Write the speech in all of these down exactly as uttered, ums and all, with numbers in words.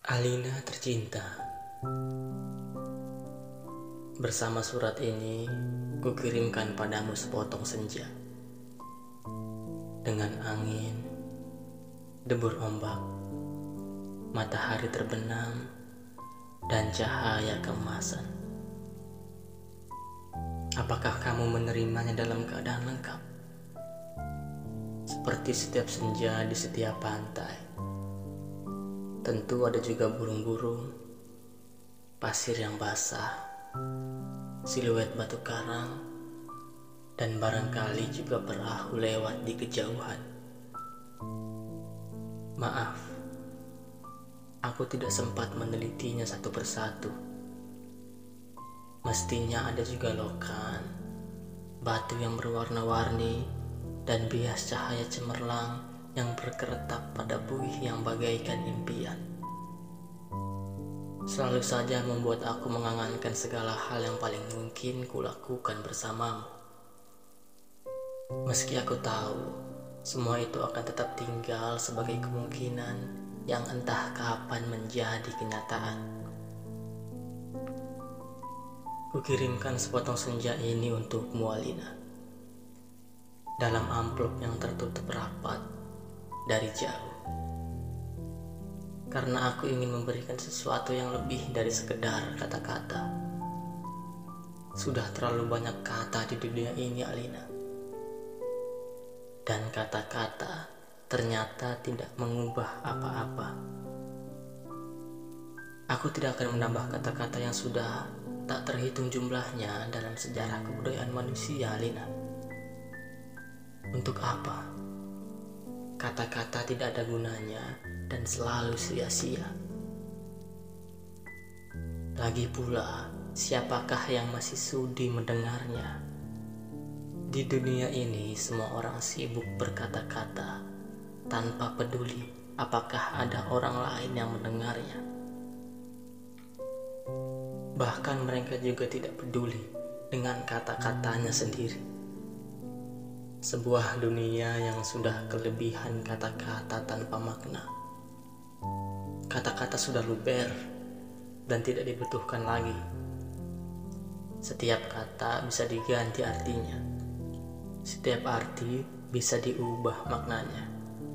Alina tercinta, bersama surat ini kukirimkan padamu sepotong senja. Dengan angin, debur ombak, matahari terbenam, dan cahaya keemasan. Apakah kamu menerimanya dalam keadaan lengkap? Seperti setiap senja di setiap pantai, tentu ada juga burung-burung, pasir yang basah, siluet batu karang, dan barangkali juga perahu lewat di kejauhan. Maaf, aku tidak sempat menelitinya satu persatu. Mestinya ada juga lokan, batu yang berwarna-warni, dan bias cahaya cemerlang yang berkeretap pada buih yang bagaikan impian. Selalu saja membuat aku mengangankan segala hal yang paling mungkin kulakukan bersamamu. Meski aku tahu semua itu akan tetap tinggal sebagai kemungkinan yang entah kapan menjadi kenyataan. Kukirimkan sepotong senja ini untukmu, Alina, dalam amplop yang tertutup rapat dari jauh. Karena aku ingin memberikan sesuatu yang lebih dari sekedar kata-kata. Sudah terlalu banyak kata di dunia ini, Alina. Dan kata-kata ternyata tidak mengubah apa-apa. Aku tidak akan menambah kata-kata yang sudah tak terhitung jumlahnya dalam sejarah kebudayaan manusia, Alina. Untuk apa? Kata-kata tidak ada gunanya dan selalu sia-sia. Lagi pula, siapakah yang masih sudi mendengarnya? Di dunia ini semua orang sibuk berkata-kata tanpa peduli apakah ada orang lain yang mendengarnya. Bahkan mereka juga tidak peduli dengan kata-katanya sendiri. Sebuah dunia yang sudah kelebihan kata-kata tanpa makna. Kata-kata sudah luber dan tidak dibutuhkan lagi. Setiap kata bisa diganti artinya. Setiap arti bisa diubah maknanya.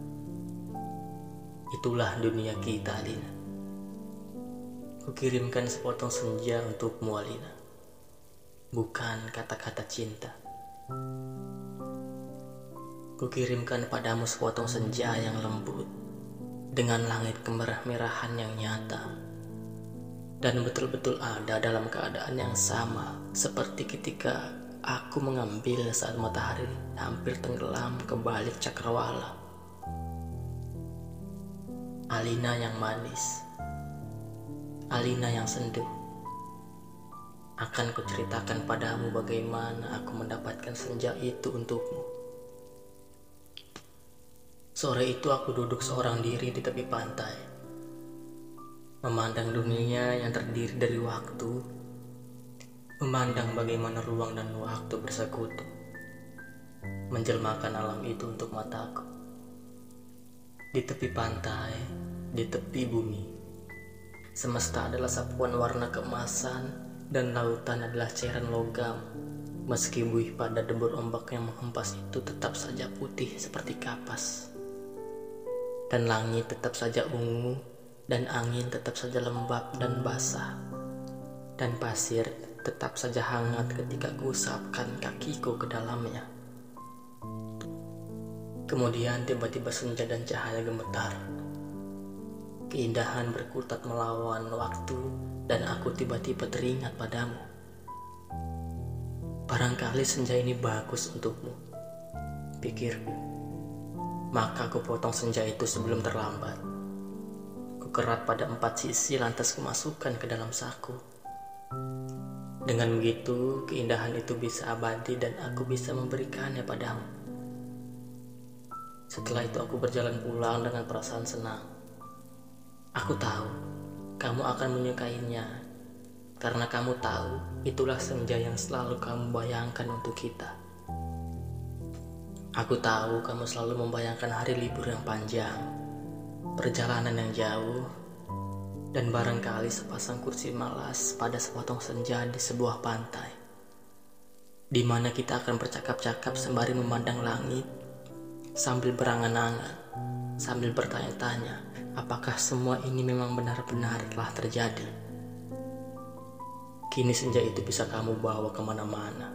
Itulah dunia kita, Alina. Kukirimkan sepotong senja untukmu, Alina. Bukan kata-kata cinta. Kukirimkan padamu sepotong senja yang lembut, dengan langit kemerah-merahan yang nyata, dan betul-betul ada dalam keadaan yang sama seperti ketika aku mengambil saat matahari hampir tenggelam ke balik cakrawala. Alina yang manis, Alina yang sendu. Akan kuceritakan padamu bagaimana aku mendapatkan senja itu untukmu. Sore itu aku duduk seorang diri di tepi pantai, memandang dunia yang terdiri dari waktu, memandang bagaimana ruang dan waktu bersekutu, menjelmakan alam itu untuk mataku. Di tepi pantai, di tepi bumi, semesta adalah sapuan warna keemasan dan lautan adalah cairan logam. Meski buih pada debur ombak yang menghempas itu tetap saja putih seperti kapas. Dan langit tetap saja ungu, dan angin tetap saja lembab dan basah, dan pasir tetap saja hangat ketika kuusapkan kakiku ke dalamnya. Kemudian tiba-tiba senja dan cahaya gemetar. Keindahan berkutat melawan waktu, dan aku tiba-tiba teringat padamu. Barangkali senja ini bagus untukmu, pikirku. Maka aku potong senja itu sebelum terlambat. Kukerat pada empat sisi lantas kumasukkan ke dalam saku. Dengan begitu, keindahan itu bisa abadi dan aku bisa memberikannya padamu. Setelah itu aku berjalan pulang dengan perasaan senang. Aku tahu kamu akan menyukainya, karena kamu tahu itulah senja yang selalu kamu bayangkan untuk kita. Aku tahu kamu selalu membayangkan hari libur yang panjang, perjalanan yang jauh, dan barangkali sepasang kursi malas pada sepotong senja di sebuah pantai, di mana kita akan bercakap-cakap sembari memandang langit, sambil berangan-angan, sambil bertanya-tanya, apakah semua ini memang benar-benar telah terjadi. Kini senja itu bisa kamu bawa kemana-mana.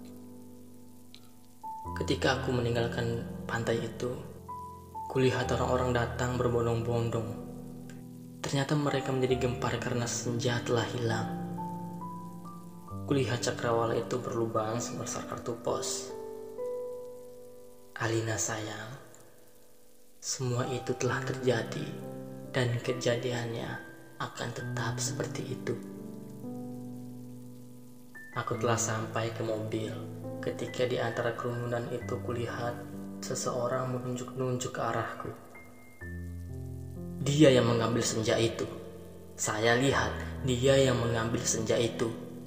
Ketika aku meninggalkan pantai itu, kulihat orang-orang datang berbondong-bondong. Ternyata mereka menjadi gempar karena senja telah hilang. Kulihat cakrawala itu berlubang sebesar kartu pos. Alina sayang, semua itu telah terjadi dan kejadiannya akan tetap seperti itu. Aku telah sampai ke mobil ketika di antara kerumunan itu kulihat seseorang menunjuk-nunjuk ke arahku. Dia yang mengambil senja itu. Saya lihat dia yang mengambil senja itu.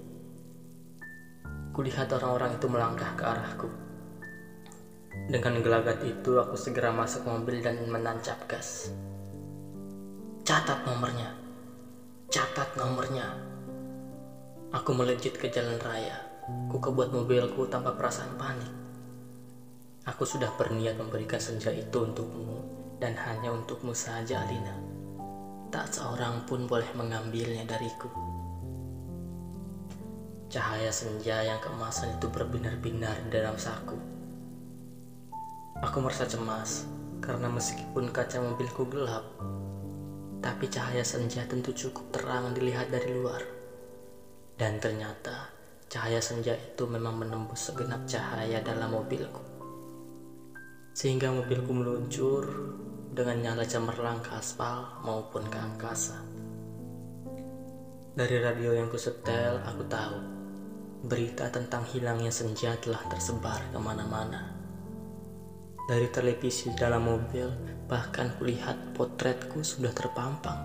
Kulihat orang-orang itu melangkah ke arahku. Dengan gelagat itu aku segera masuk mobil dan menancap gas. Catat nomornya. Catat nomornya. Aku melejit ke jalan raya. Ku kebut mobilku tanpa perasaan panik. Aku sudah berniat memberikan senja itu untukmu, dan hanya untukmu saja, Alina. Tak seorang pun boleh mengambilnya dariku. Cahaya senja yang keemasan itu berbinar-binar di dalam saku. Aku merasa cemas, karena meskipun kaca mobilku gelap, tapi cahaya senja tentu cukup terang dilihat dari luar. Dan ternyata cahaya senja itu memang menembus segenap cahaya dalam mobilku, sehingga mobilku meluncur dengan nyala cemerlang ke aspal maupun ke angkasa. Dari radio yang kusetel, aku tahu berita tentang hilangnya senja telah tersebar kemana-mana. Dari televisi dalam mobil, bahkan kulihat potretku sudah terpampang.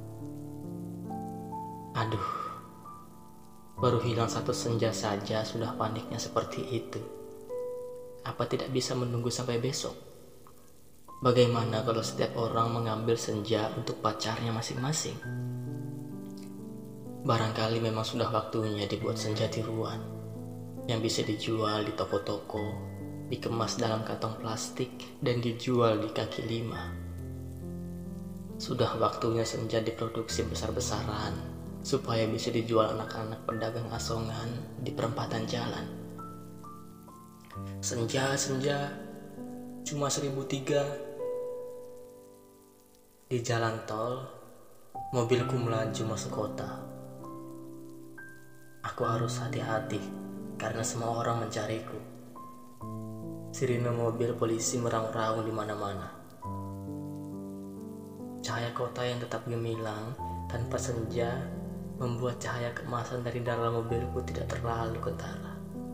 Aduh, baru hilang satu senja saja sudah paniknya seperti itu. Apa tidak bisa menunggu sampai besok? Bagaimana kalau setiap orang mengambil senja untuk pacarnya masing-masing? Barangkali memang sudah waktunya dibuat senja tiruan yang bisa dijual di toko-toko, dikemas dalam kantong plastik dan dijual di kaki lima. Sudah waktunya senja diproduksi besar-besaran supaya bisa dijual anak-anak pedagang asongan di perempatan jalan. Senja-senja cuma seribu tiga. Di jalan tol, mobilku melaju masuk kota. Aku harus hati-hati karena semua orang mencariku. Sirine mobil polisi meraung-raung di mana-mana. Cahaya kota yang tetap gemilang tanpa senja membuat cahaya keemasan dari dalam mobilku tidak terlalu ketara.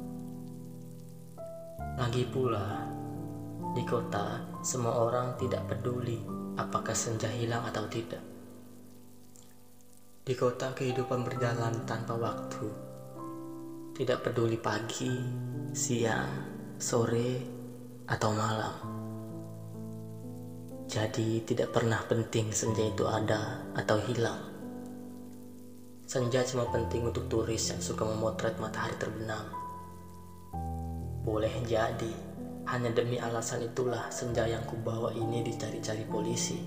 Lagi pula, di kota semua orang tidak peduli apakah senja hilang atau tidak. Di kota kehidupan berjalan tanpa waktu. Tidak peduli pagi, siang, sore, atau malam. Jadi tidak pernah penting senja itu ada atau hilang. Senja cuma penting untuk turis yang suka memotret matahari terbenam. Boleh jadi, hanya demi alasan itulah senja yang kubawa ini dicari-cari polisi.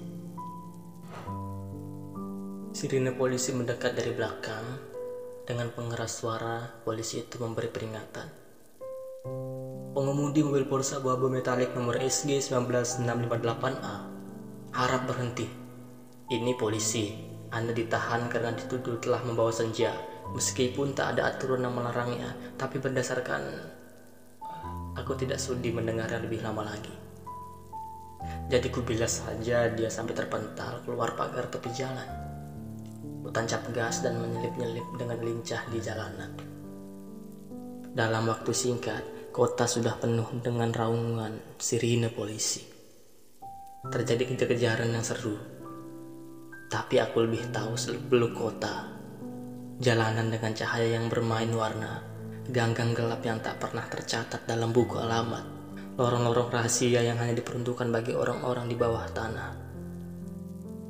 Sirine polisi mendekat dari belakang. Dengan pengeras suara, polisi itu memberi peringatan. Pengemudi mobil Polsa abu-abu metalik nomor S G satu sembilan enam lima delapan A harap berhenti. Ini polisi. Anda ditahan karena dituduh telah membawa senja, meskipun tak ada aturan yang melarangnya. Tapi berdasarkan, aku tidak sudi mendengarnya lebih lama lagi. Jadi kubilas saja dia sampai terpental keluar pagar tepi jalan. Kutancap gas dan menyelip-nyelip dengan lincah di jalanan. Dalam waktu singkat, kota sudah penuh dengan raungan sirine polisi. Terjadi kejar-kejaran yang seru. Tapi aku lebih tahu seluk-beluk kota. Jalanan dengan cahaya yang bermain warna, gang-gang gelap yang tak pernah tercatat dalam buku alamat, lorong-lorong rahasia yang hanya diperuntukkan bagi orang-orang di bawah tanah.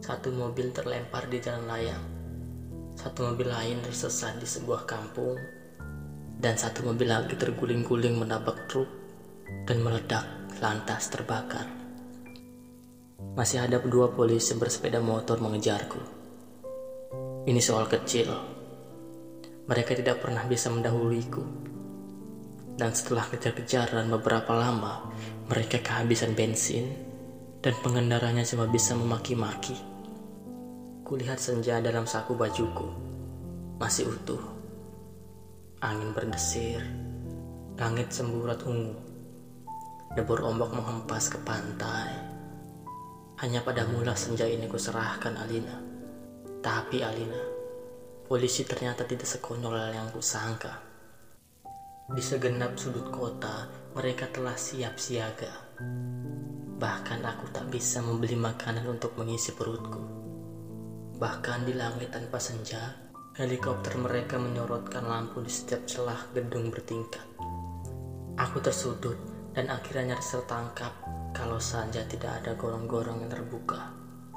Satu mobil terlempar di jalan layang, satu mobil lain tersesat di sebuah kampung, dan satu mobil lagi terguling-guling menabrak truk dan meledak lantas terbakar. Masih ada dua polisi bersepeda motor mengejarku. Ini soal kecil. Mereka tidak pernah bisa mendahuluiku. Dan setelah kejar-kejaran beberapa lama, mereka kehabisan bensin dan pengendaranya cuma bisa memaki-maki. Kulihat senja dalam saku bajuku, masih utuh. Angin berdesir, langit semburat ungu, debur ombak menghempas ke pantai. Hanya padamulah senja ini kuserahkan Alina. Tapi Alina, polisi ternyata tidak sekonyol yang kusangka. Di segenap sudut kota, mereka telah siap siaga. Bahkan aku tak bisa membeli makanan untuk mengisi perutku. Bahkan di langit tanpa senja, helikopter mereka menyorotkan lampu di setiap celah gedung bertingkat. Aku tersudut dan akhirnya nyaris tertangkap kalau saja tidak ada gorong-gorong yang terbuka.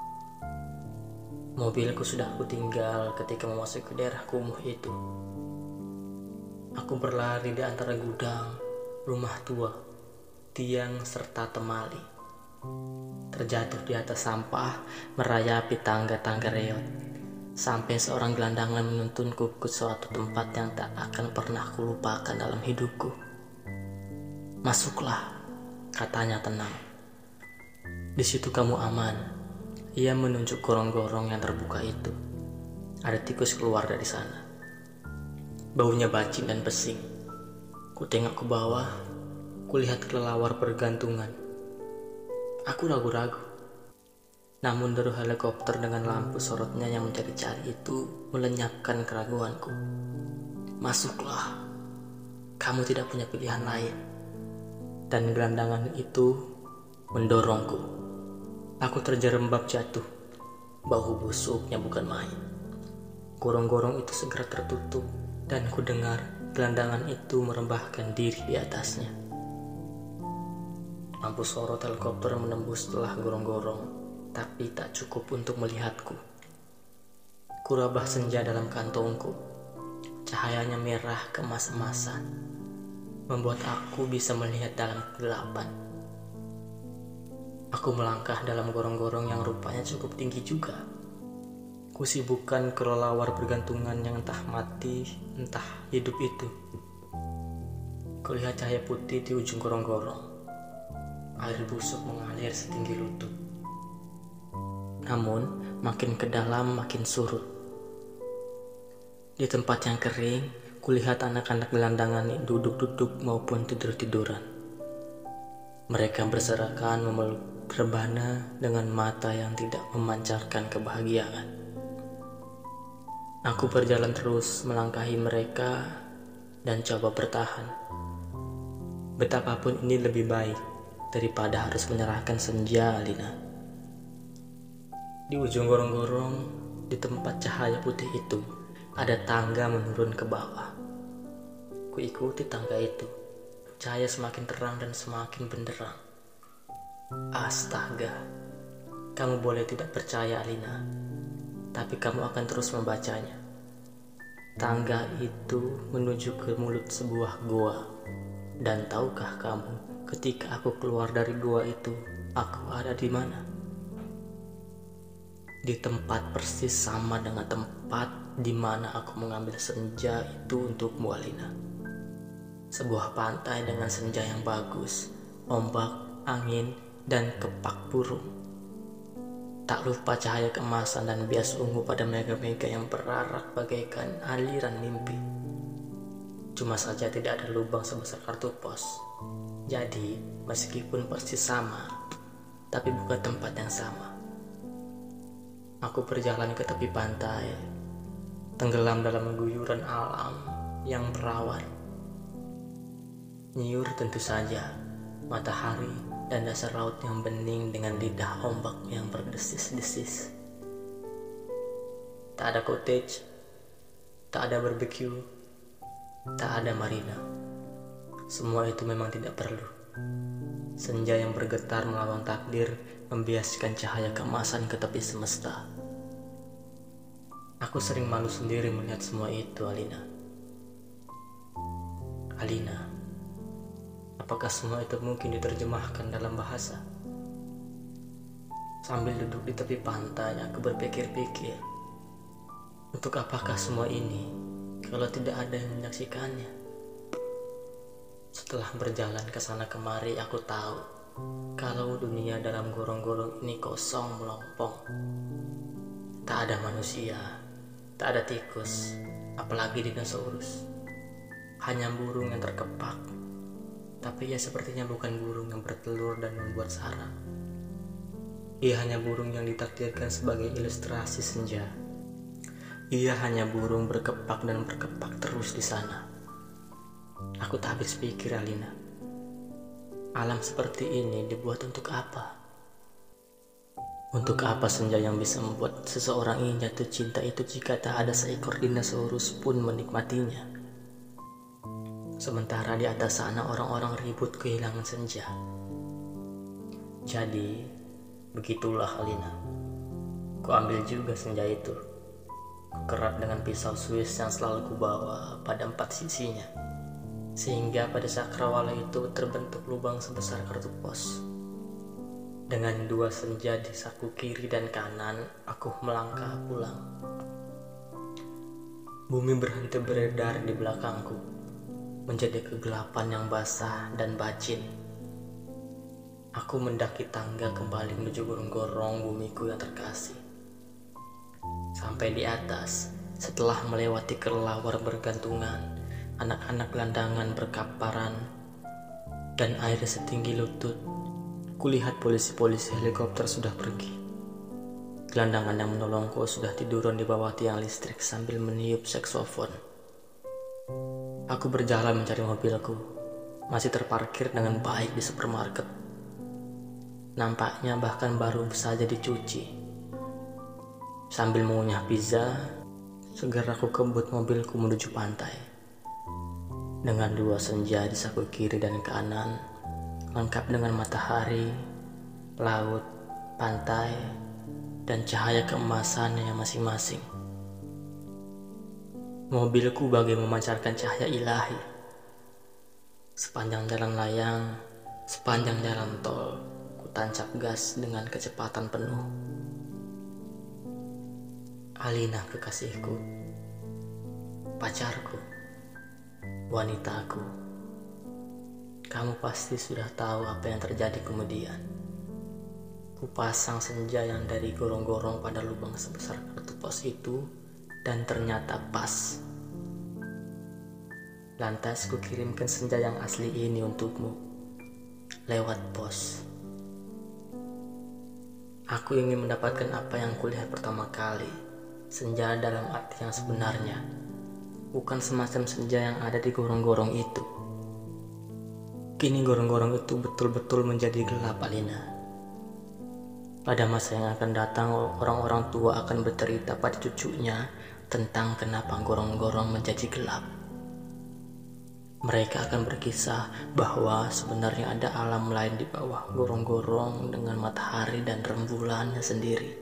Mobilku sudah aku tinggal ketika memasuki daerah kumuh itu. Aku berlari di antara gudang, rumah tua, tiang, serta temali. Terjatuh di atas sampah, merayapi tangga-tangga reot, sampai seorang gelandangan menuntunku ke suatu tempat yang tak akan pernah kulupakan dalam hidupku. Masuklah, katanya tenang. Di situ kamu aman. Ia menunjuk gorong-gorong yang terbuka itu. Ada tikus keluar dari sana. Baunya bacin dan pesing. Ku tengok ke bawah, kulihat kelelawar bergantungan. Aku ragu-ragu. Namun deru helikopter dengan lampu sorotnya yang mencari-cari itu melenyapkan keraguanku. Masuklah. Kamu tidak punya pilihan lain. Dan gelandangan itu mendorongku. Aku terjerembab jatuh. Bau busuknya bukan main. Gorong-gorong itu segera tertutup. Dan ku dengar gelandangan itu merembahkan diri di atasnya. Lampu sorot helikopter menembus telah gorong-gorong, tapi tak cukup untuk melihatku. Kurabah senja dalam kantongku. Cahayanya merah kemas-emasan, membuat aku bisa melihat dalam kegelapan. Aku melangkah dalam gorong-gorong yang rupanya cukup tinggi juga. Kusibukkan kelelawar bergantungan yang entah mati, entah hidup itu. Kulihat cahaya putih di ujung gorong-gorong. Air busuk mengalir setinggi lutut. Namun, makin ke dalam makin surut. Di tempat yang kering, kulihat anak-anak gelandangan duduk-duduk maupun tidur-tiduran. Mereka berserakan memeluk rebana dengan mata yang tidak memancarkan kebahagiaan. Aku berjalan terus melangkahi mereka dan coba bertahan. Betapapun ini lebih baik daripada harus menyerahkan senja, Alina. Di ujung gorong-gorong, di tempat cahaya putih itu, ada tangga menurun ke bawah. Kuikuti tangga itu. Cahaya semakin terang dan semakin benderang. Astaga, kamu boleh tidak percaya, Alina, tapi kamu akan terus membacanya. Tangga itu menuju ke mulut sebuah gua. Dan tahukah kamu, ketika aku keluar dari gua itu, aku ada di mana? Di tempat persis sama dengan tempat di mana aku mengambil senja itu untukmu, Alina. Sebuah pantai dengan senja yang bagus, ombak, angin, dan kepak burung. Tak lupa cahaya keemasan dan bias ungu pada mega-mega yang berarak bagaikan aliran mimpi. Cuma saja tidak ada lubang sebesar kartu pos. Jadi, meskipun persis sama, tapi bukan tempat yang sama. Aku berjalan ke tepi pantai, tenggelam dalam guyuran alam yang perawan. Nyiur tentu saja, matahari, dan dasar laut yang bening dengan lidah ombak yang berdesis-desis. Tak ada cottage, tak ada barbecue, tak ada marina. Semua itu memang tidak perlu. senja yang bergetar melawan takdir, membiaskan cahaya keemasan ke tepi semesta. Aku sering malu sendiri melihat semua itu, Alina. Alina, apakah semua itu mungkin diterjemahkan dalam bahasa? Sambil duduk di tepi pantai, aku berpikir-pikir, untuk apakah semua ini kalau tidak ada yang menyaksikannya? Setelah berjalan ke sana kemari, aku tahu kalau dunia dalam gorong-gorong ini kosong melompong. Tak ada manusia, tak ada tikus, apalagi dinosaurus. Hanya burung yang terkepak, tapi ia sepertinya bukan burung yang bertelur dan membuat sarang. Ia hanya burung yang ditakdirkan sebagai ilustrasi senja. Ia hanya burung berkepak dan berkepak terus di sana. Aku tak habis pikir, Alina. Alam seperti ini dibuat untuk apa? Untuk apa senja yang bisa membuat seseorang ingin jatuh cinta itu jika tak ada seekor dinosaurus pun menikmatinya? Sementara di atas sana orang-orang ribut kehilangan senja. Jadi, begitulah Alina. Ku ambil juga senja itu. Ku kerat dengan pisau Swiss yang selalu kubawa pada empat sisinya. Sehingga pada cakrawala itu terbentuk lubang sebesar kartu pos. Dengan dua senja di saku kiri dan kanan, aku melangkah pulang. Bumi berhenti beredar di belakangku, menjadi kegelapan yang basah dan bacin. Aku mendaki tangga kembali menuju gorong-gorong bumiku yang terkasih. Sampai di atas, setelah melewati kelelawar bergantungan, anak-anak gelandangan berkaparan, dan air setinggi lutut, kulihat polisi-polisi helikopter sudah pergi. Gelandangan yang menolongku sudah tiduran di bawah tiang listrik sambil meniup saksofon. Aku berjalan mencari mobilku, masih terparkir dengan baik di supermarket. Nampaknya bahkan baru saja dicuci. Sambil mengunyah pizza, segera aku kebut mobilku menuju pantai. Dengan dua senja di saku kiri dan kanan, lengkap dengan matahari, laut, pantai, dan cahaya keemasannya yang masing-masing. Mobilku bagai memancarkan cahaya ilahi. Sepanjang jalan layang, sepanjang jalan tol, ku tancap gas dengan kecepatan penuh. Alina kekasihku, pacarku, wanitaku. Kamu pasti sudah tahu apa yang terjadi kemudian. Ku pasang senja yang dari gorong-gorong pada lubang sebesar kartu pos itu, dan ternyata pas. Lantas ku kirimkan senja yang asli ini untukmu lewat pos. Aku ingin mendapatkan apa yang kulihat pertama kali, senja dalam arti yang sebenarnya, bukan semacam senja yang ada di gorong-gorong itu. Kini gorong-gorong itu betul-betul menjadi gelap, Alina. Pada masa yang akan datang, orang-orang tua akan bercerita pada cucunya tentang kenapa gorong-gorong menjadi gelap. Mereka akan berkisah bahwa sebenarnya ada alam lain di bawah gorong-gorong dengan matahari dan rembulannya sendiri.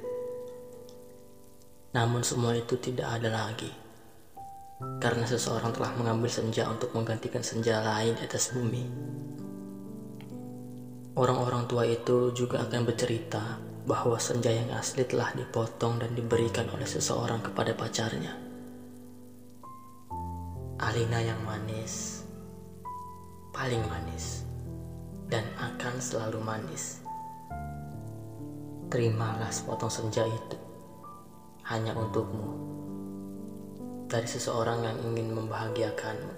Namun semua itu tidak ada lagi, karena seseorang telah mengambil senja untuk menggantikan senja lain di atas bumi. Orang-orang tua itu juga akan bercerita bahwa senja yang asli telah dipotong dan diberikan oleh seseorang kepada pacarnya. Alina yang manis, paling manis, dan akan selalu manis. Terimalah sepotong senja itu, hanya untukmu, dari seseorang yang ingin membahagiakanmu.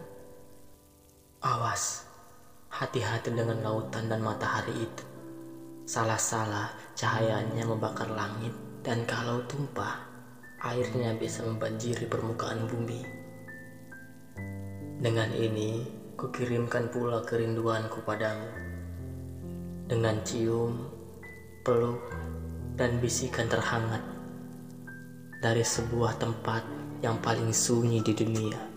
Awas, hati-hati dengan lautan dan matahari itu. Salah-salah cahayanya membakar langit, dan kalau tumpah, airnya bisa membanjiri permukaan bumi. Dengan ini, kukirimkan pula kerinduanku padamu. Dengan cium, peluk, dan bisikan terhangat dari sebuah tempat yang paling sunyi di dunia.